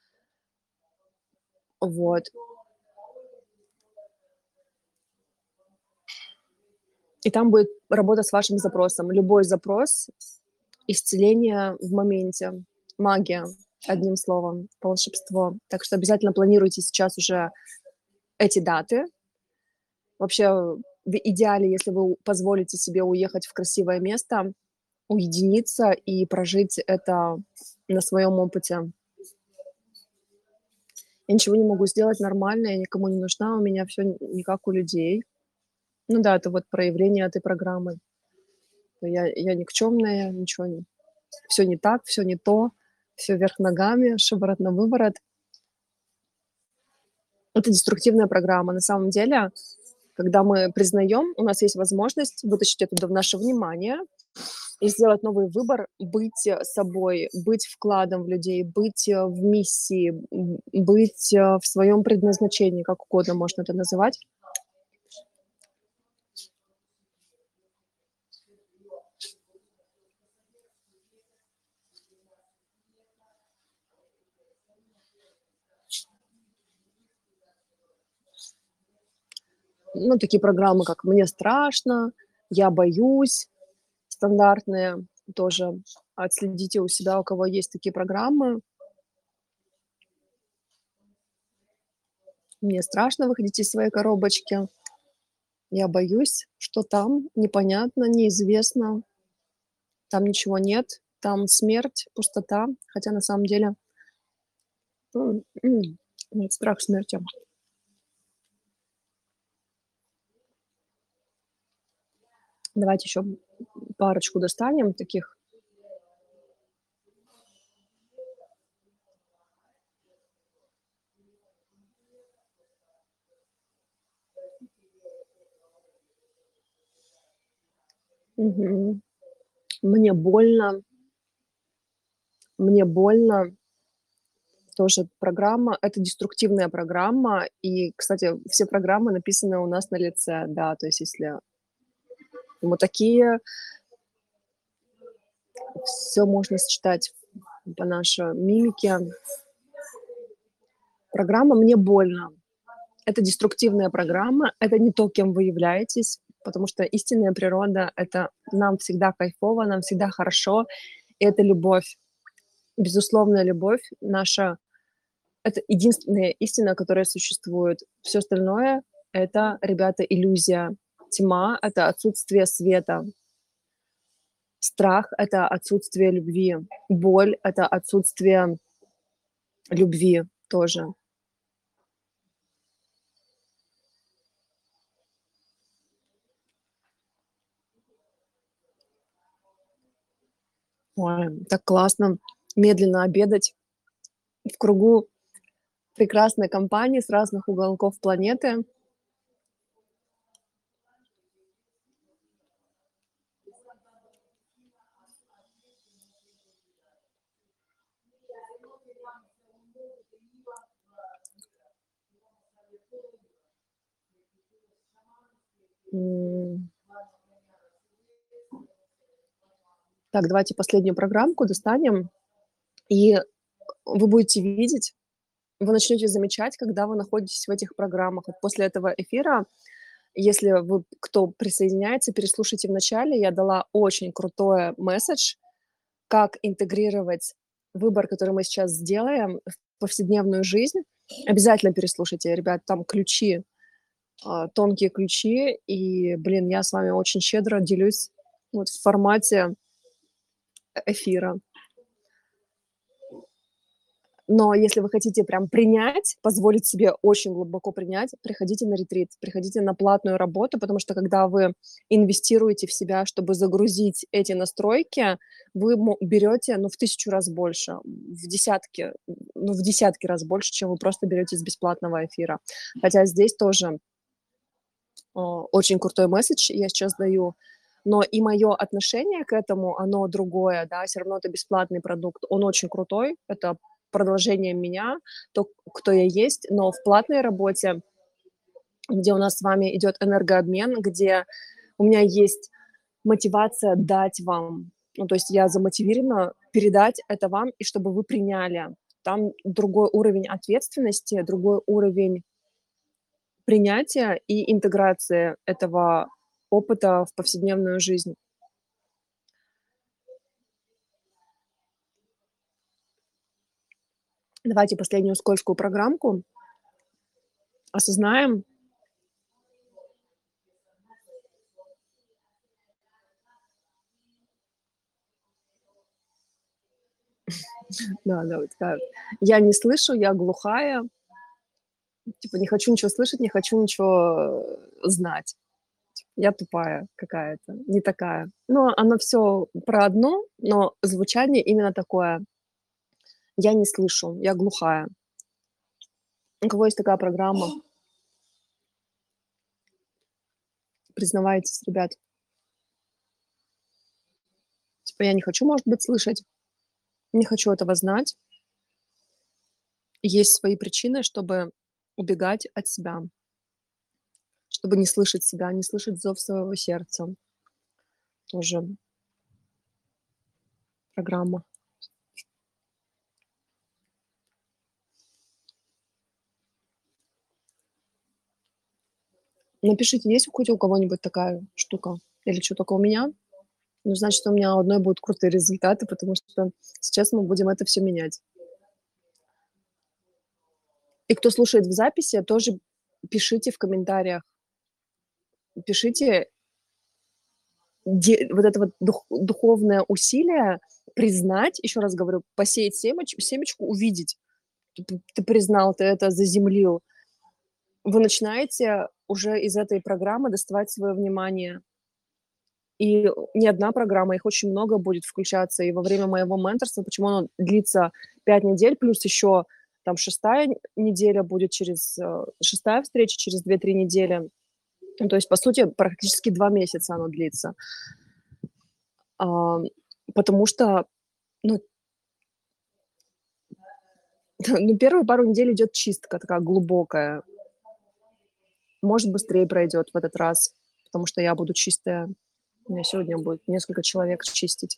Вот. И там будет работа с вашим запросом. Любой запрос, исцеление в моменте, магия, одним словом, волшебство. Так что обязательно планируйте сейчас уже эти даты. Вообще, в идеале, если вы позволите себе уехать в красивое место, уединиться и прожить это на своем опыте. Я ничего не могу сделать нормально, я никому не нужна, у меня все не как у людей. Ну да, это вот проявление этой программы. Я никчемная, ничего не всё не так, все не то, все вверх ногами, шиворот на выворот. Это деструктивная программа. На самом деле, когда мы признаем, у нас есть возможность вытащить это в наше внимание и сделать новый выбор, быть, собой, быть вкладом в людей, быть, в миссии, быть, в своем предназначении, как угодно можно это называть. Ну, такие программы, как "Мне страшно", "Я боюсь", стандартные тоже. Отследите у себя, у кого есть такие программы. "Мне страшно выходить из своей коробочки", "Я боюсь", что там непонятно, неизвестно, там ничего нет, там смерть, пустота, хотя на самом деле, нет, страх смерти. Давайте еще парочку достанем таких. Мгм. "Мне больно", "Мне больно". Тоже программа. Это деструктивная программа. И, кстати, все программы написаны у нас на лице. Да, то есть если мы такие, все можно считать по нашей мимике. Программа "Мне больно". Это деструктивная программа. Это не то, кем вы являетесь, потому что истинная природа — это нам всегда кайфово, нам всегда хорошо. И это любовь, безусловная любовь наша. Это единственная истина, которая существует. Все остальное — это, ребята, иллюзия. Тьма — это отсутствие света. Страх — это отсутствие любви. Боль — это отсутствие любви тоже. Ой, так классно медленно обедать в кругу прекрасной компании с разных уголков планеты. М. Так, давайте последнюю программку достанем, и вы будете видеть, вы начнете замечать, когда вы находитесь в этих программах. Вот после этого эфира, если вы, кто присоединяется, переслушайте в начале, я дала очень крутой месседж, как интегрировать выбор, который мы сейчас сделаем, в повседневную жизнь. Обязательно переслушайте, ребят, там ключи, тонкие ключи. И, блин, я с вами очень щедро делюсь вот в формате эфира. Но если вы хотите прям принять, позволить себе очень глубоко принять, приходите на ретрит, приходите на платную работу, потому что когда вы инвестируете в себя, чтобы загрузить эти настройки, вы берете, ну, в 1000 раз больше, в десятки, ну, в десятки раз больше, чем вы просто берете с бесплатного эфира. Хотя здесь тоже очень крутой месседж я сейчас даю. но и мое отношение к этому, оно другое, да, все равно это бесплатный продукт. Он очень крутой, это продолжение меня, то, кто я есть, но в платной работе, где у нас с вами идет энергообмен, где у меня есть мотивация дать вам. Ну, то есть я замотивирована передать это вам, и чтобы вы приняли. Там другой уровень ответственности, другой уровень принятия и интеграции этого опыта в повседневную жизнь. Давайте последнюю скользкую программку осознаем. Да, да, вот такая вот. Я не слышу, я глухая, типа не хочу ничего слышать, не хочу ничего знать. Я тупая какая-то, не такая. Но оно все про одно, но звучание именно такое. Я не слышу, я глухая. У кого есть такая программа, признавайтесь, ребят. Типа я не хочу, может быть, слышать, не хочу этого знать. Есть свои причины, чтобы убегать от себя, чтобы не слышать себя, не слышать зов своего сердца. Тоже программа. Напишите, есть хоть у кого-нибудь такая штука или что только у меня? Ну, значит, у меня у одной будут крутые результаты, потому что сейчас мы будем это все менять. И кто слушает в записи, тоже пишите в комментариях, пишите вот это вот духовное усилие признать, еще раз говорю, посеять семечку, увидеть. Ты признал, ты это заземлил. Вы начинаете уже из этой программы доставать свое внимание. И не одна программа, их очень много будет включаться. И во время моего менторства, почему оно длится 5 недель, плюс еще там шестая неделя будет шестая встреча через 2-3 недели. Ну, то есть, по сути, практически 2 месяца оно длится. А, потому что, ну, ну, первые пару недель идет чистка такая глубокая. Может, быстрее пройдет в этот раз, потому что я буду чистая. У меня сегодня будет несколько человек чистить.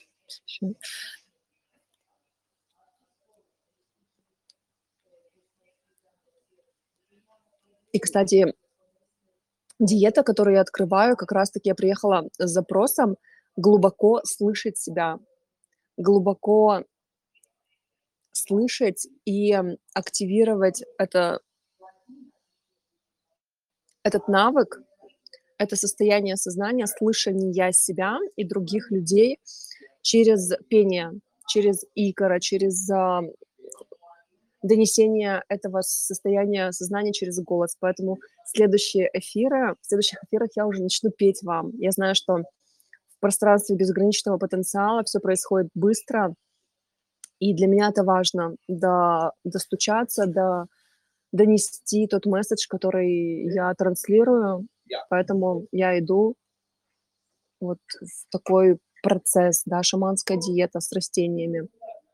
И, кстати, диета, которую я открываю, как раз-таки я приехала с запросом глубоко слышать себя, глубоко слышать и активировать этот навык, это состояние сознания, слышания себя и других людей через пение, через икора, через донесение этого состояния сознания через голос. Поэтому в следующих эфирах я уже начну петь вам. Я знаю, что в пространстве безграничного потенциала все происходит быстро, и для меня это важно достучаться, донести тот месседж, который я транслирую. Поэтому я иду вот в такой процесс, да, шаманская диета с растениями.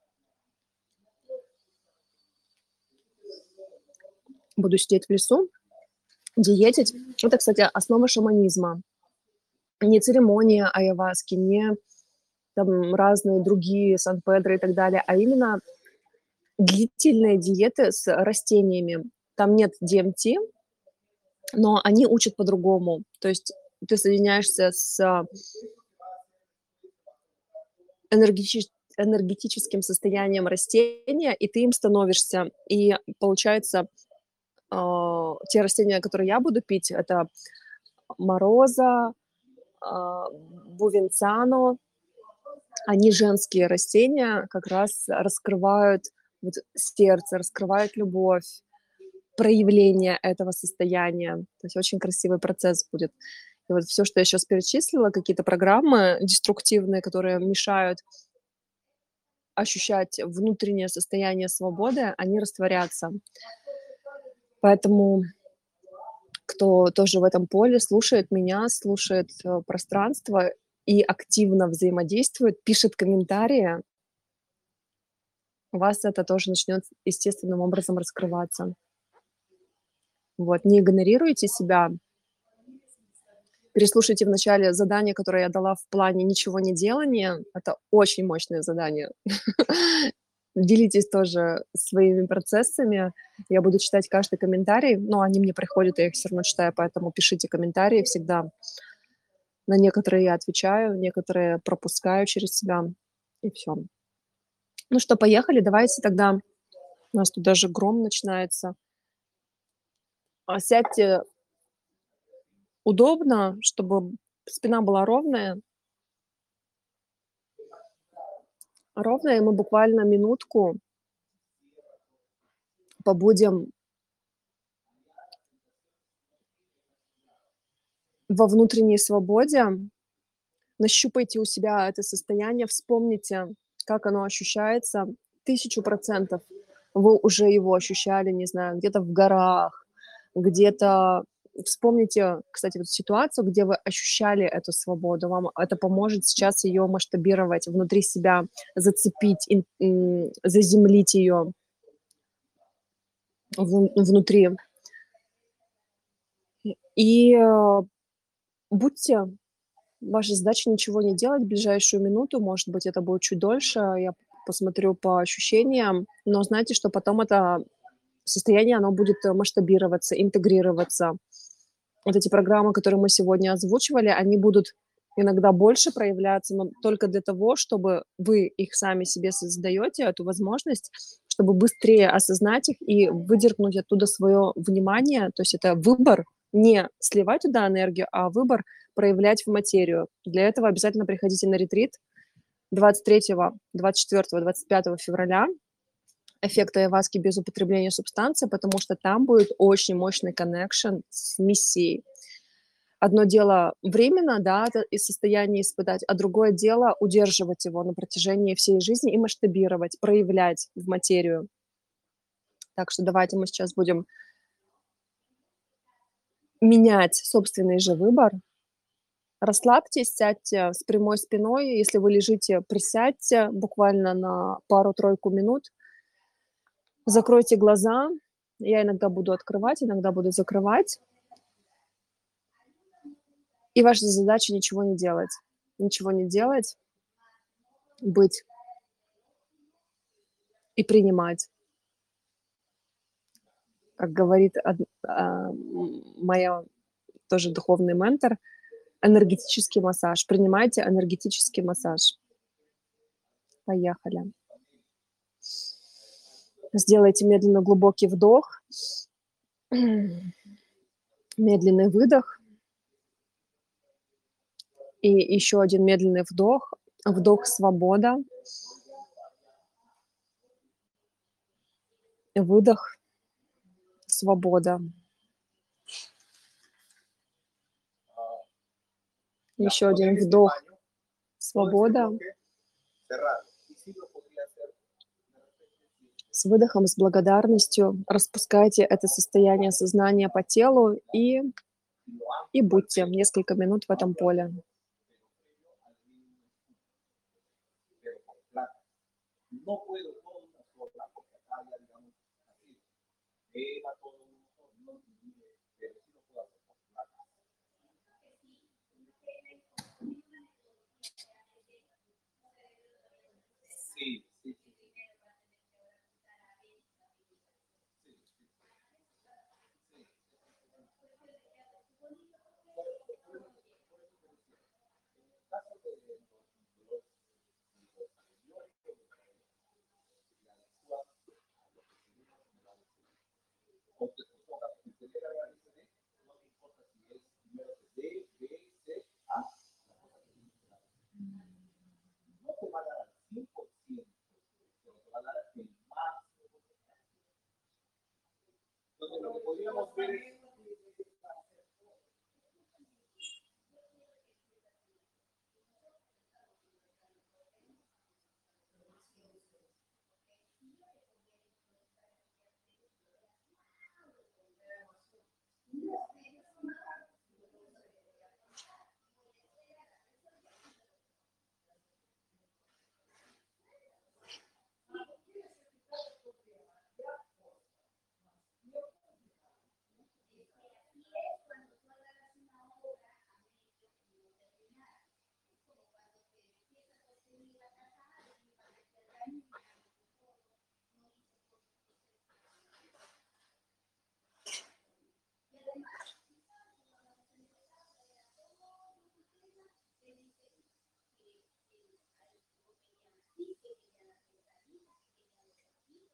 Буду сидеть в лесу, диетить. Это, кстати, основа шаманизма. Не церемония айаваски, не там разные другие, Сан-Педро и так далее, а именно длительные диеты с растениями. Там нет DMT, но они учат по-другому. То есть ты соединяешься с энергетич энергетическим состоянием растения, и ты им становишься. И получается, те растения, которые я буду пить, это мороза, бувенцано. Они женские растения, как раз раскрывают вот сердце, раскрывают любовь, проявление этого состояния. То есть очень красивый процесс будет. И вот все, что я сейчас перечислила, какие-то программы деструктивные, которые мешают ощущать внутреннее состояние свободы, они растворятся. Поэтому кто кто тоже в этом поле слушает меня, слушает, пространство и активно взаимодействует, пишет комментарии, у вас это тоже начнет естественным образом раскрываться. Вот, не игнорируйте себя. Переслушайте вначале задание, которое я дала в плане ничего не делания. Это очень мощное задание. Делитесь тоже своими процессами. Я буду читать каждый комментарий, но они мне приходят, я их все равно читаю, поэтому пишите комментарии всегда. На некоторые я отвечаю, некоторые пропускаю через себя, и все. Ну что, поехали, давайте тогда. У нас тут даже гром начинается. Сядьте удобно, чтобы спина была ровная. Ровная, и мы буквально минутку побудем во внутренней свободе. Нащупайте у себя это состояние, вспомните, как оно ощущается. 1000% вы уже его ощущали, не знаю, где-то в горах, где-то вспомните, кстати, вот ситуацию, где вы ощущали эту свободу. Вам это поможет сейчас ее масштабировать внутри себя, зацепить, заземлить ее внутри. И будьте Ваша задача ничего не делать в ближайшую минуту, может быть, это будет чуть дольше, я посмотрю по ощущениям, но знайте, что потом это состояние, оно будет масштабироваться, интегрироваться. Вот эти программы, которые мы сегодня озвучивали, они будут иногда больше проявляться, но только для того, чтобы вы их сами себе создаете, эту возможность, чтобы быстрее осознать их и выдернуть оттуда свое внимание. То есть это выбор не сливать туда энергию, а выбор проявлять в материю. Для этого обязательно приходите на ретрит 23, 24, 25 февраля. Эффект айваски без употребления субстанции, потому что там будет очень мощный коннекшн с миссией. Одно дело временно, да, из состояния испытать, а другое дело удерживать его на протяжении всей жизни и масштабировать, проявлять в материю. Так что давайте мы сейчас будем менять собственный же выбор. Расслабьтесь, сядьте с прямой спиной. Если вы лежите, присядьте буквально на пару-тройку минут. Закройте глаза. Я иногда буду открывать, иногда буду закрывать. И ваша задача ничего не делать. Ничего не делать, быть и принимать. Как говорит моя тоже духовный ментор, энергетический массаж. Принимайте энергетический массаж. Поехали. Сделайте медленно глубокий вдох, медленный выдох. И еще один медленный вдох. Вдох свобода. Выдох свобода. Еще один вдох свобода. С выдохом, с благодарностью распускайте это состояние сознания по телу и будьте несколько минут в этом поле.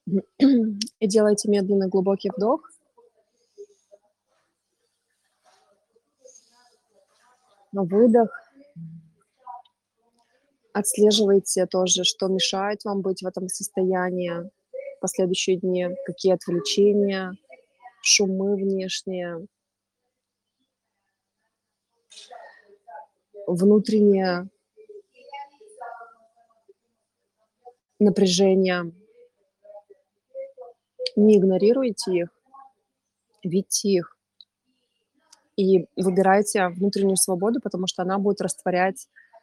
И делайте медленный глубокий вдох. Выдох. Отслеживайте тоже, что мешает вам быть в этом состоянии в последующие дни, какие отвлечения, шумы внешние, внутреннее напряжение. Не игнорируйте их, видите их и выбирайте внутреннюю свободу, потому что она будет растворять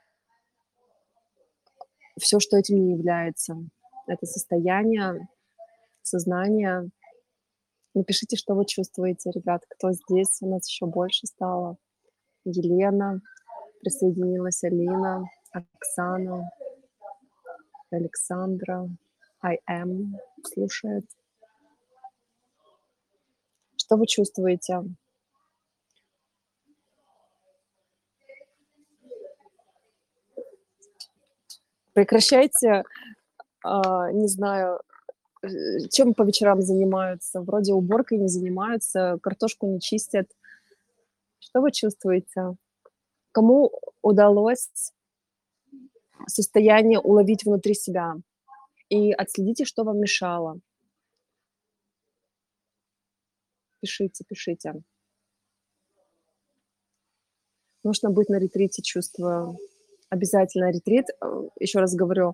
все, что этим не является. Это состояние, сознание. Напишите, что вы чувствуете, ребят, кто здесь. У нас еще больше стало. Елена, присоединилась Алина, Оксана, Александра, I am слушает. Что вы чувствуете? Прекращайте, не знаю, чем по вечерам занимаются. Вроде уборкой не занимаются, картошку не чистят. Что вы чувствуете? Кому удалось состояние уловить внутри себя? И отследите, что вам мешало. Пишите, пишите. Нужно быть на ретрите, чувствую. Обязательно ретрит. Еще раз говорю,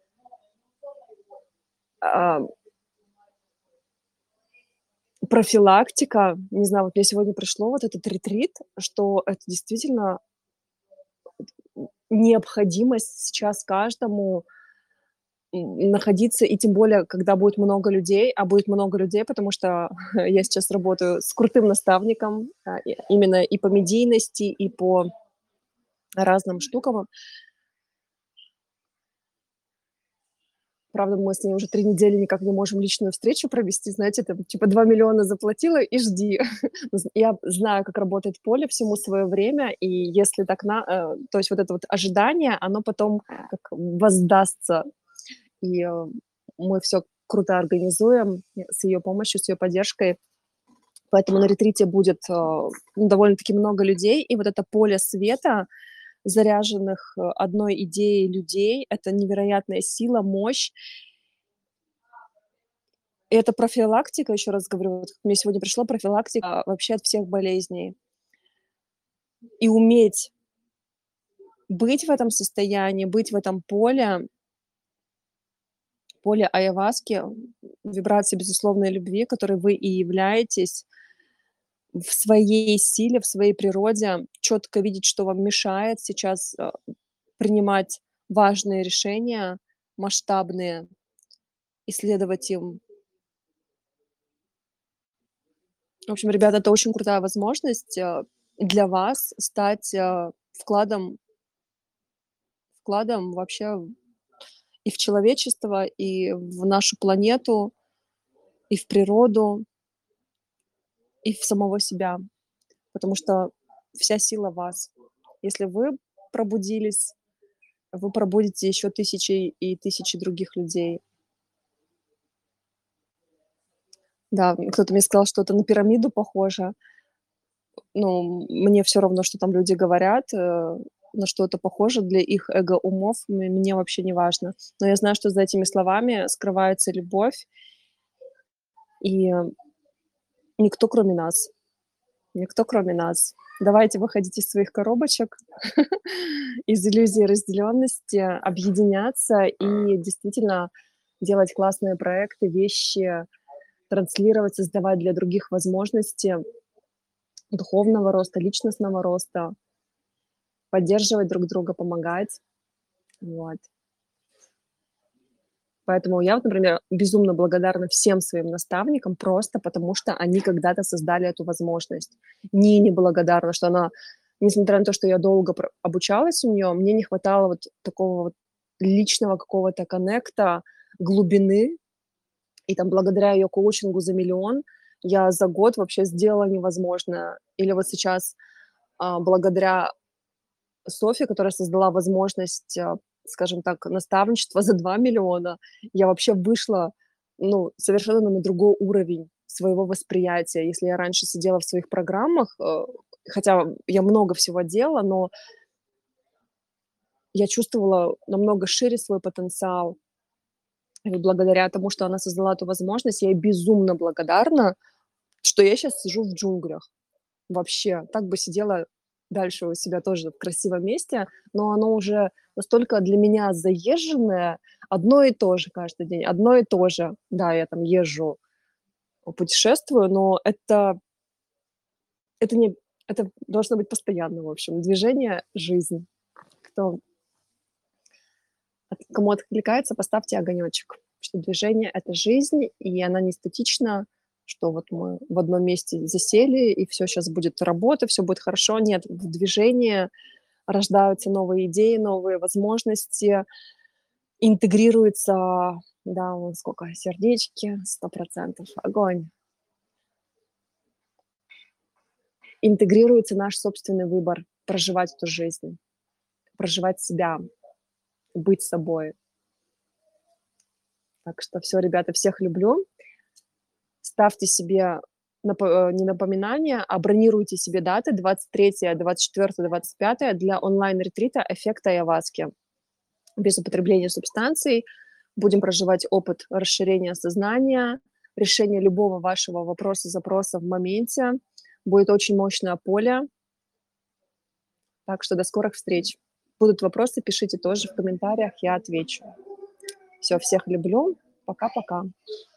профилактика. Не знаю, вот мне сегодня пришло вот этот ретрит, что это действительно необходимость сейчас каждому находиться, и тем более, когда будет много людей, а будет много людей, потому что я сейчас работаю с крутым наставником, именно и по медийности, и по разным штукам. Правда, мы с ней уже 3 недели никак не можем личную встречу провести. Знаете, там типа 2 миллиона заплатила и жди. Я знаю, как работает поле, всему свое время, и если так то есть вот это вот ожидание, оно потом как воздастся. И мы все круто организуем с ее помощью, с ее поддержкой. Поэтому на ретрите будет довольно-таки много людей, и вот это поле света, заряженных одной идеей людей, это невероятная сила, мощь. И это профилактика, еще раз говорю, вот мне сегодня пришла профилактика вообще от всех болезней. И уметь быть в этом состоянии, быть в этом поле аяваски, вибрации безусловной любви, которой вы и являетесь, в своей силе, в своей природе, четко видеть, что вам мешает сейчас принимать важные решения, масштабные, исследовать им. В общем, ребята, это очень крутая возможность для вас стать вкладом вообще и в человечество, и в нашу планету, и в природу, и в самого себя. Потому что вся сила в вас. Если вы пробудились, вы пробудите еще тысячи и тысячи других людей. Да, кто-то мне сказал, что это на пирамиду похоже. Ну, мне все равно, что там люди говорят, на что это похоже для их эго-умов, мне вообще не важно. Но я знаю, что за этими словами скрывается любовь, и никто, кроме нас. Никто, кроме нас. Давайте выходить из своих коробочек, из иллюзии разделенности, объединяться и действительно делать классные проекты, вещи, транслировать, создавать для других возможности духовного роста, личностного роста, поддерживать друг друга, помогать. Вот. Поэтому я вот, например, безумно благодарна всем своим наставникам просто потому, что они когда-то создали эту возможность. Не благодарна, что она, несмотря на то, что я долго обучалась у нее, мне не хватало вот такого вот личного какого-то коннекта, глубины. И там благодаря ее коучингу за миллион я за год вообще сделала невозможное. Или вот сейчас благодаря Софье, которая создала возможность, скажем так, наставничества за 2 миллиона, я вообще вышла ну, совершенно на другой уровень своего восприятия. Если я раньше сидела в своих программах, хотя я много всего делала, но я чувствовала намного шире свой потенциал. И вот благодаря тому, что она создала эту возможность, я ей безумно благодарна, что я сейчас сижу в джунглях. Вообще, так бы сидела дальше у себя тоже в красивом месте, но оно уже настолько для меня заезженное, одно и то же каждый день, одно и то же. Да, я там езжу, путешествую, но это не это должно быть постоянно, в общем. Движение — жизнь. Кто кому откликается, поставьте огонечек, что движение — это жизнь, и она не статична, что вот мы в одном месте засели, и все сейчас будет работа, все будет хорошо. Нет, в движении рождаются новые идеи, новые возможности, интегрируется, да, вон сколько сердечки, 100%, огонь. Интегрируется наш собственный выбор проживать эту жизнь, проживать себя, быть собой. Так что все, ребята, всех люблю. Ставьте себе не напоминания, а бронируйте себе даты 23, 24, 25 для онлайн-ретрита «Эффект Айаваски». Без употребления субстанций. Будем проживать опыт расширения сознания, решения любого вашего вопроса, запроса в моменте. Будет очень мощное поле. Так что до скорых встреч. Будут вопросы, пишите тоже в комментариях, я отвечу. Все, всех люблю. Пока-пока.